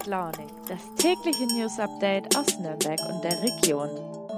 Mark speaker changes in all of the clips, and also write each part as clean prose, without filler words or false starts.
Speaker 1: Launig, das tägliche News-Update aus Nürnberg und der Region.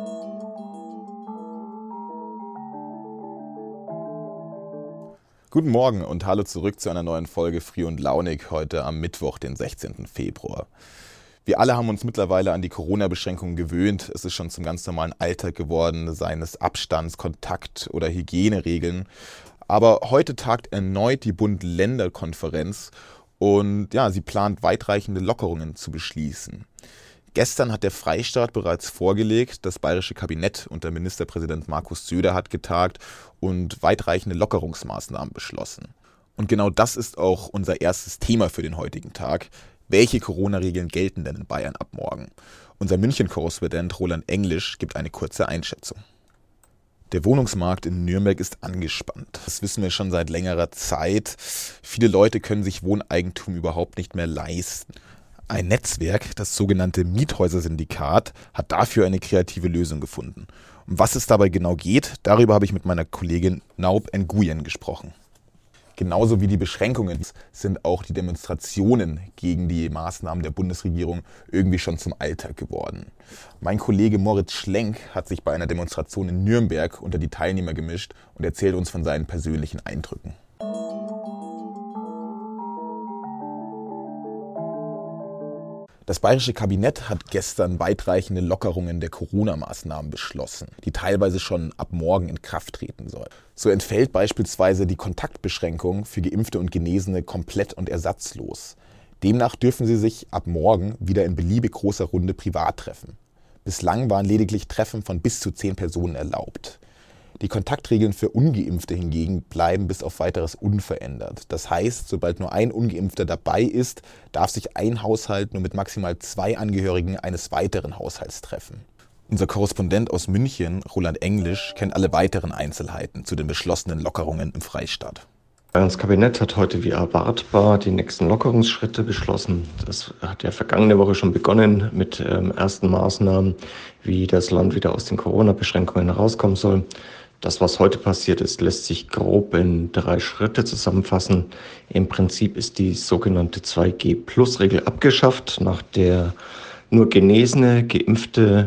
Speaker 2: Guten Morgen und hallo zurück zu einer neuen Folge Früh und Launig, heute am Mittwoch, den 16. Februar. Wir alle haben uns mittlerweile an die Corona-Beschränkungen gewöhnt. Es ist schon zum ganz normalen Alltag geworden, seien es Abstands-, Kontakt- oder Hygieneregeln. Aber heute tagt erneut die Bund-Länder-Konferenz und ja, sie plant weitreichende Lockerungen zu beschließen. Gestern hat der Freistaat bereits vorgelegt, das bayerische Kabinett unter Ministerpräsident Markus Söder hat getagt und weitreichende Lockerungsmaßnahmen beschlossen. Und genau das ist auch unser erstes Thema für den heutigen Tag. Welche Corona-Regeln gelten denn in Bayern ab morgen? Unser München-Korrespondent Roland Englisch gibt eine kurze Einschätzung. Der Wohnungsmarkt in Nürnberg ist angespannt. Das wissen wir schon seit längerer Zeit. Viele Leute können sich Wohneigentum überhaupt nicht mehr leisten. Ein Netzwerk, das sogenannte Miethäuser-Syndikat, hat dafür eine kreative Lösung gefunden. Um was es dabei genau geht, darüber habe ich mit meiner Kollegin Naup Nguyen gesprochen. Genauso wie die Beschränkungen sind auch die Demonstrationen gegen die Maßnahmen der Bundesregierung irgendwie schon zum Alltag geworden. Mein Kollege Moritz Schlenk hat sich bei einer Demonstration in Nürnberg unter die Teilnehmer gemischt und erzählt uns von seinen persönlichen Eindrücken. Das bayerische Kabinett hat gestern weitreichende Lockerungen der Corona-Maßnahmen beschlossen, die teilweise schon ab morgen in Kraft treten sollen. So entfällt beispielsweise die Kontaktbeschränkung für Geimpfte und Genesene komplett und ersatzlos. Demnach dürfen sie sich ab morgen wieder in beliebig großer Runde privat treffen. Bislang waren lediglich Treffen von bis zu 10 Personen erlaubt. Die Kontaktregeln für Ungeimpfte hingegen bleiben bis auf Weiteres unverändert. Das heißt, sobald nur ein Ungeimpfter dabei ist, darf sich ein Haushalt nur mit maximal 2 Angehörigen eines weiteren Haushalts treffen. Unser Korrespondent aus München, Roland Englisch, kennt alle weiteren Einzelheiten zu den beschlossenen Lockerungen im Freistaat.
Speaker 3: Das Kabinett hat heute wie erwartbar die nächsten Lockerungsschritte beschlossen. Das hat ja vergangene Woche schon begonnen mit ersten Maßnahmen, wie das Land wieder aus den Corona-Beschränkungen herauskommen soll. Das, was heute passiert ist, lässt sich grob in 3 Schritte zusammenfassen. Im Prinzip ist die sogenannte 2G-Plus-Regel abgeschafft, nach der nur Genesene, Geimpfte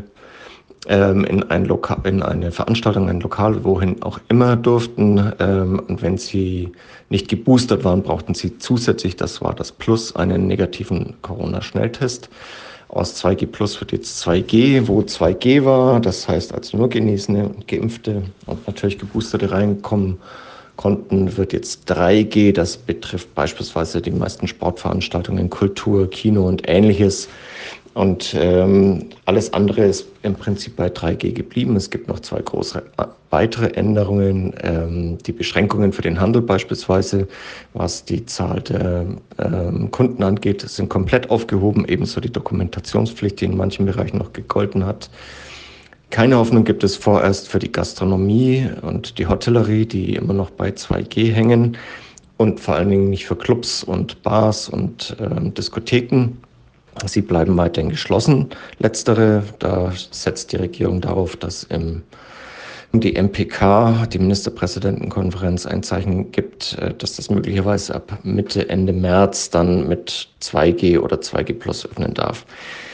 Speaker 3: in eine Veranstaltung, ein Lokal, wohin auch immer durften. Und wenn sie nicht geboostert waren, brauchten sie zusätzlich, das war das Plus, einen negativen Corona-Schnelltest. Aus 2G Plus wird jetzt 2G, wo 2G war, das heißt, als nur Genesene und Geimpfte und natürlich Geboosterte reinkommen konnten, wird jetzt 3G, das betrifft beispielsweise die meisten Sportveranstaltungen, Kultur, Kino und Ähnliches. Und alles andere ist im Prinzip bei 3G geblieben. Es gibt noch 2 große weitere Änderungen. Die Beschränkungen für den Handel beispielsweise, was die Zahl der Kunden angeht, sind komplett aufgehoben. Ebenso die Dokumentationspflicht, die in manchen Bereichen noch gegolten hat. Keine Hoffnung gibt es vorerst für die Gastronomie und die Hotellerie, die immer noch bei 2G hängen. Und vor allen Dingen nicht für Clubs und Bars und Diskotheken. Sie bleiben weiterhin geschlossen. Letztere, da setzt die Regierung darauf, dass die MPK, die Ministerpräsidentenkonferenz, ein Zeichen gibt, dass das möglicherweise ab Mitte, Ende März dann mit 2G oder 2G Plus öffnen darf.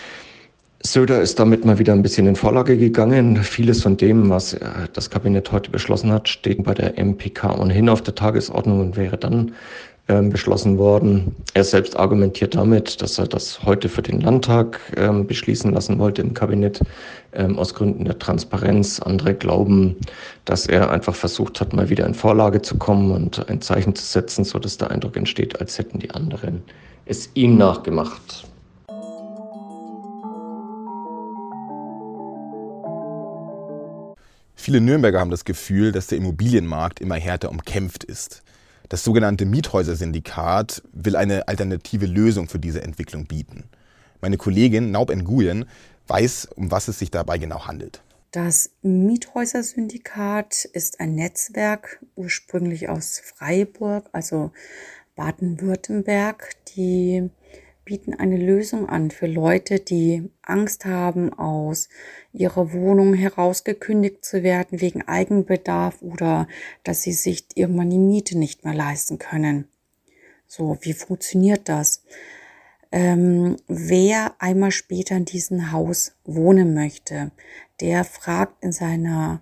Speaker 3: Söder ist damit mal wieder ein bisschen in Vorlage gegangen. Vieles von dem, was das Kabinett heute beschlossen hat, steht bei der MPK ohnehin auf der Tagesordnung und wäre dann beschlossen worden. Er selbst argumentiert damit, dass er das heute für den Landtag beschließen lassen wollte im Kabinett, aus Gründen der Transparenz. Andere glauben, dass er einfach versucht hat, mal wieder in Vorlage zu kommen und ein Zeichen zu setzen, sodass der Eindruck entsteht, als hätten die anderen es ihm nachgemacht.
Speaker 2: Viele Nürnberger haben das Gefühl, dass der Immobilienmarkt immer härter umkämpft ist. Das sogenannte Miethäuser-Syndikat will eine alternative Lösung für diese Entwicklung bieten. Meine Kollegin Naup Nguyen weiß, um was es sich dabei genau handelt.
Speaker 4: Das Miethäuser-Syndikat ist ein Netzwerk, ursprünglich aus Freiburg, also Baden-Württemberg. Die bieten eine Lösung an für Leute, die Angst haben, aus ihrer Wohnung herausgekündigt zu werden wegen Eigenbedarf oder dass sie sich irgendwann die Miete nicht mehr leisten können. So, wie funktioniert das? Wer einmal später in diesem Haus wohnen möchte, der fragt in seinem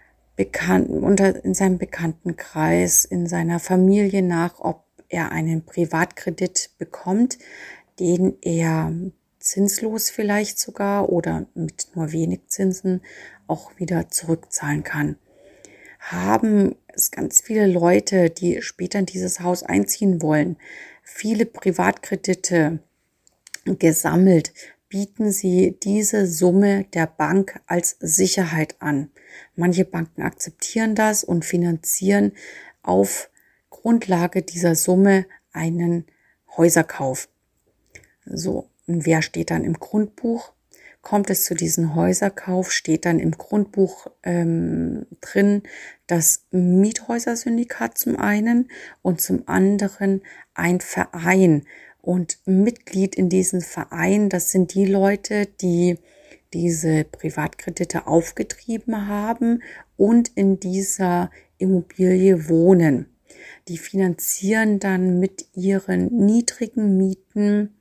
Speaker 4: Bekanntenkreis, in seiner Familie nach, ob er einen Privatkredit bekommt, den er zinslos vielleicht sogar oder mit nur wenig Zinsen auch wieder zurückzahlen kann. Haben es ganz viele Leute, die später in dieses Haus einziehen wollen, viele Privatkredite gesammelt, bieten sie diese Summe der Bank als Sicherheit an. Manche Banken akzeptieren das und finanzieren auf Grundlage dieser Summe einen Häuserkauf. So, und wer steht dann im Grundbuch? Kommt es zu diesem Häuserkauf, steht dann im Grundbuch drin das Miethäusersyndikat zum einen und zum anderen ein Verein. Und Mitglied in diesem Verein, das sind die Leute, die diese Privatkredite aufgetrieben haben und in dieser Immobilie wohnen. Die finanzieren dann mit ihren niedrigen Mieten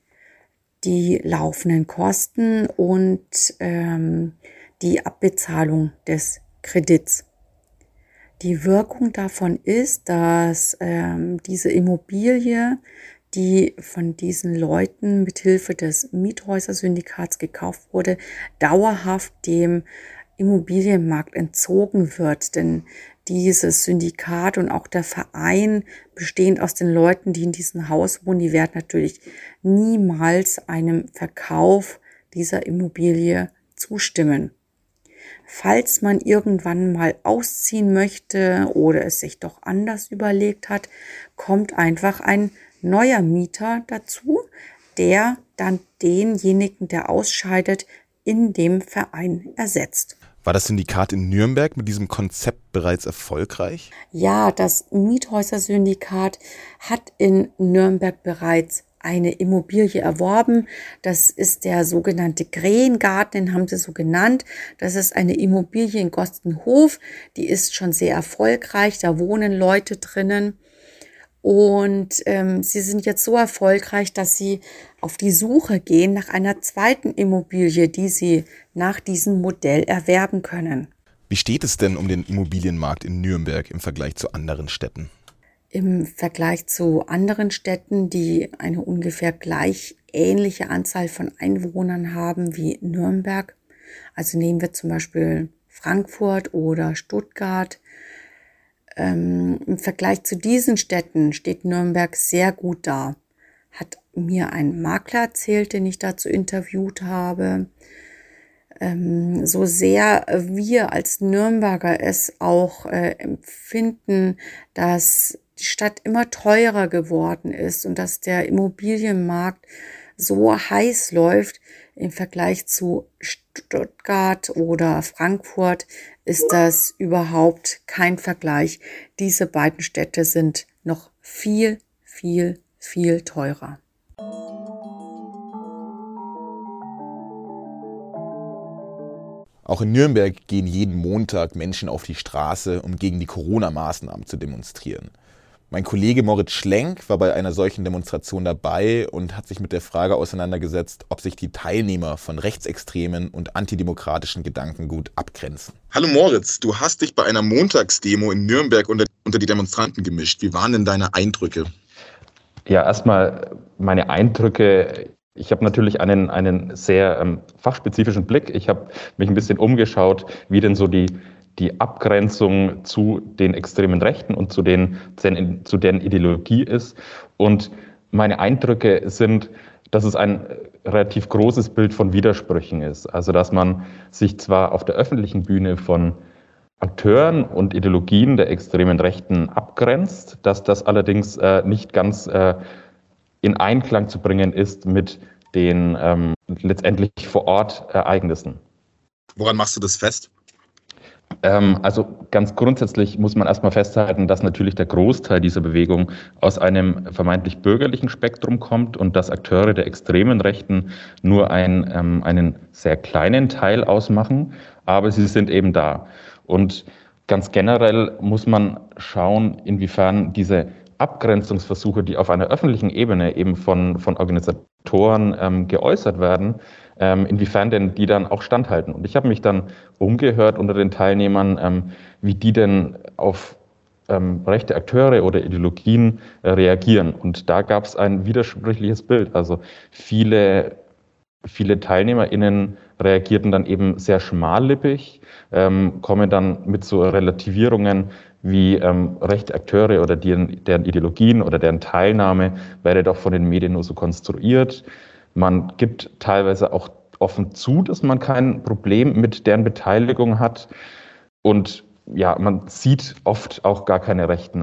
Speaker 4: die laufenden Kosten und die Abbezahlung des Kredits. Die Wirkung davon ist, dass diese Immobilie, die von diesen Leuten mithilfe des Miethäusersyndikats gekauft wurde, dauerhaft dem Immobilienmarkt entzogen wird. Denn dieses Syndikat und auch der Verein, bestehend aus den Leuten, die in diesem Haus wohnen, die werden natürlich niemals einem Verkauf dieser Immobilie zustimmen. Falls man irgendwann mal ausziehen möchte oder es sich doch anders überlegt hat, kommt einfach ein neuer Mieter dazu, der dann denjenigen, der ausscheidet, in dem Verein ersetzt.
Speaker 2: War das Syndikat in Nürnberg mit diesem Konzept bereits erfolgreich?
Speaker 4: Ja, das Miethäusersyndikat hat in Nürnberg bereits eine Immobilie erworben. Das ist der sogenannte Krähengarten, den haben sie so genannt. Das ist eine Immobilie in Gostenhof. Die ist schon sehr erfolgreich. Da wohnen Leute drinnen. Und sie sind jetzt so erfolgreich, dass sie auf die Suche gehen nach einer zweiten Immobilie, die sie nach diesem Modell erwerben können.
Speaker 2: Wie steht es denn um den Immobilienmarkt in Nürnberg im Vergleich zu anderen Städten?
Speaker 4: Im Vergleich zu anderen Städten, die eine ungefähr gleich ähnliche Anzahl von Einwohnern haben wie Nürnberg, also nehmen wir zum Beispiel Frankfurt oder Stuttgart. Im Vergleich zu diesen Städten steht Nürnberg sehr gut da, hat mir ein Makler erzählt, den ich dazu interviewt habe. So sehr wir als Nürnberger es auch empfinden, dass die Stadt immer teurer geworden ist und dass der Immobilienmarkt so heiß läuft, im Vergleich zu Stuttgart oder Frankfurt ist das überhaupt kein Vergleich. Diese beiden Städte sind noch viel, viel, viel teurer.
Speaker 2: Auch in Nürnberg gehen jeden Montag Menschen auf die Straße, um gegen die Corona-Maßnahmen zu demonstrieren. Mein Kollege Moritz Schlenk war bei einer solchen Demonstration dabei und hat sich mit der Frage auseinandergesetzt, ob sich die Teilnehmer von rechtsextremen und antidemokratischen Gedankengut abgrenzen. Hallo Moritz, du hast dich bei einer Montagsdemo in Nürnberg unter die Demonstranten gemischt. Wie waren denn deine Eindrücke?
Speaker 5: Ja, erstmal meine Eindrücke. Ich habe natürlich einen sehr fachspezifischen Blick. Ich habe mich ein bisschen umgeschaut, wie denn so die Abgrenzung zu den extremen Rechten und zu deren Ideologie ist. Und meine Eindrücke sind, dass es ein relativ großes Bild von Widersprüchen ist. Also dass man sich zwar auf der öffentlichen Bühne von Akteuren und Ideologien der extremen Rechten abgrenzt, dass das allerdings nicht ganz in Einklang zu bringen ist mit den letztendlich vor Ort Ereignissen.
Speaker 2: Woran machst du das fest?
Speaker 5: Also ganz grundsätzlich muss man erstmal festhalten, dass natürlich der Großteil dieser Bewegung aus einem vermeintlich bürgerlichen Spektrum kommt und dass Akteure der extremen Rechten nur einen sehr kleinen Teil ausmachen, aber sie sind eben da. Und ganz generell muss man schauen, inwiefern diese Abgrenzungsversuche, die auf einer öffentlichen Ebene eben von geäußert werden, inwiefern denn die dann auch standhalten. Und ich habe mich dann umgehört unter den Teilnehmern, wie die denn auf rechte Akteure oder Ideologien reagieren. Und da gab es ein widersprüchliches Bild. Also viele TeilnehmerInnen reagierten dann eben sehr schmallippig, kommen dann mit so Relativierungen wie rechte Akteure oder deren Ideologien oder deren Teilnahme werde doch von den Medien nur so konstruiert. Man gibt teilweise auch offen zu, dass man kein Problem mit deren Beteiligung hat. Und ja, man sieht oft auch gar keine Rechten.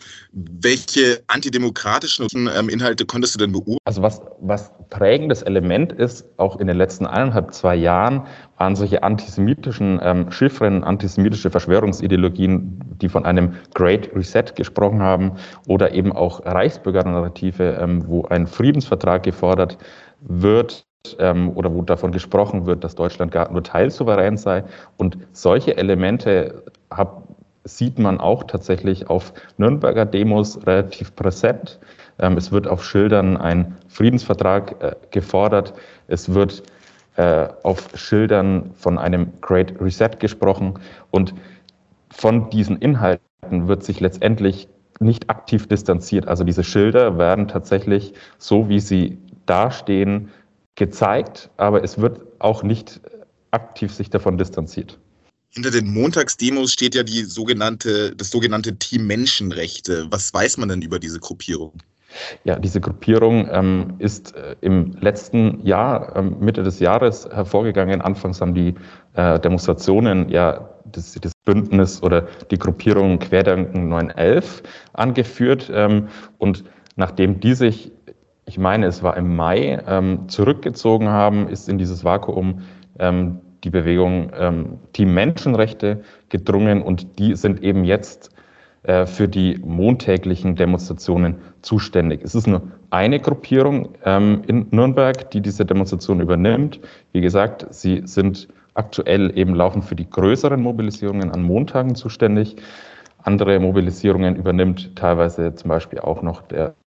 Speaker 2: Welche antidemokratischen Inhalte konntest du denn beurteilen?
Speaker 5: Also was prägendes Element ist, auch in den letzten 2 Jahren, waren solche antisemitischen Chiffren, antisemitische Verschwörungsideologien, die von einem Great Reset gesprochen haben, oder eben auch Reichsbürgernarrative, wo ein Friedensvertrag gefordert wird, oder wo davon gesprochen wird, dass Deutschland gar nur teilsouverän sei. Und solche Elemente sieht man auch tatsächlich auf Nürnberger Demos relativ präsent. Es wird auf Schildern ein Friedensvertrag gefordert. Es wird auf Schildern von einem Great Reset gesprochen. Und von diesen Inhalten wird sich letztendlich nicht aktiv distanziert. Also diese Schilder werden tatsächlich so, wie sie dastehen, gezeigt, aber es wird auch nicht aktiv sich davon distanziert.
Speaker 2: Hinter den Montagsdemos steht ja das sogenannte Team Menschenrechte. Was weiß man denn über diese Gruppierung?
Speaker 5: Ja, diese Gruppierung ist im letzten Jahr, Mitte des Jahres hervorgegangen. Anfangs haben die Demonstrationen ja das Bündnis oder die Gruppierung Querdenken 911 angeführt. Und nachdem die sich, ich meine, es war im Mai, zurückgezogen haben, ist in dieses Vakuum die Bewegung Team Menschenrechte gedrungen, und die sind eben jetzt für die montäglichen Demonstrationen zuständig. Es ist nur eine Gruppierung in Nürnberg, die diese Demonstration übernimmt. Wie gesagt, sie sind aktuell eben laufend für die größeren Mobilisierungen an Montagen zuständig. Andere Mobilisierungen übernimmt teilweise zum Beispiel auch noch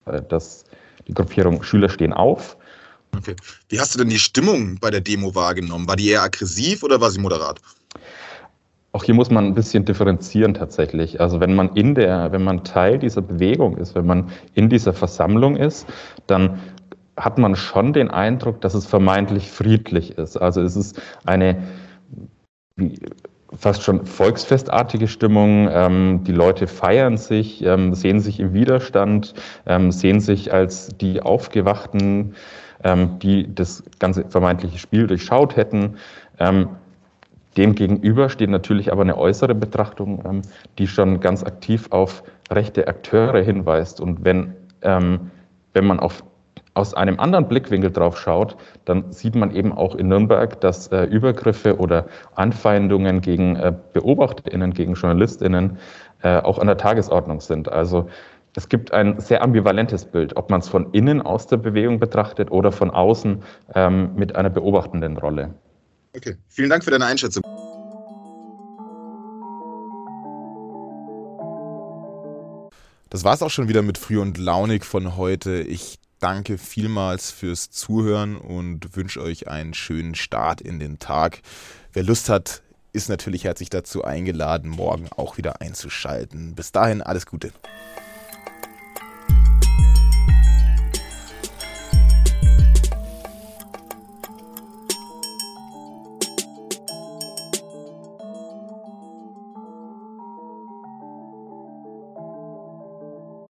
Speaker 5: die Gruppierung Schüler stehen auf.
Speaker 2: Okay. Wie hast du denn die Stimmung bei der Demo wahrgenommen? War die eher aggressiv oder war sie moderat?
Speaker 5: Auch hier muss man ein bisschen differenzieren tatsächlich. Also wenn man Teil dieser Bewegung ist, wenn man in dieser Versammlung ist, dann hat man schon den Eindruck, dass es vermeintlich friedlich ist. Also es ist eine fast schon volksfestartige Stimmung. Die Leute feiern sich, sehen sich im Widerstand, sehen sich als die Aufgewachten, die das ganze vermeintliche Spiel durchschaut hätten. Demgegenüber steht natürlich aber eine äußere Betrachtung, die schon ganz aktiv auf rechte Akteure hinweist. Und wenn man aus einem anderen Blickwinkel drauf schaut, dann sieht man eben auch in Nürnberg, dass Übergriffe oder Anfeindungen gegen BeobachterInnen, gegen JournalistInnen auch an der Tagesordnung sind. Also es gibt ein sehr ambivalentes Bild, ob man es von innen aus der Bewegung betrachtet oder von außen mit einer beobachtenden Rolle.
Speaker 2: Okay, vielen Dank für deine Einschätzung. Das war es auch schon wieder mit Früh und Launig von heute. Ich danke vielmals fürs Zuhören und wünsche euch einen schönen Start in den Tag. Wer Lust hat, ist natürlich herzlich dazu eingeladen, morgen auch wieder einzuschalten. Bis dahin alles Gute.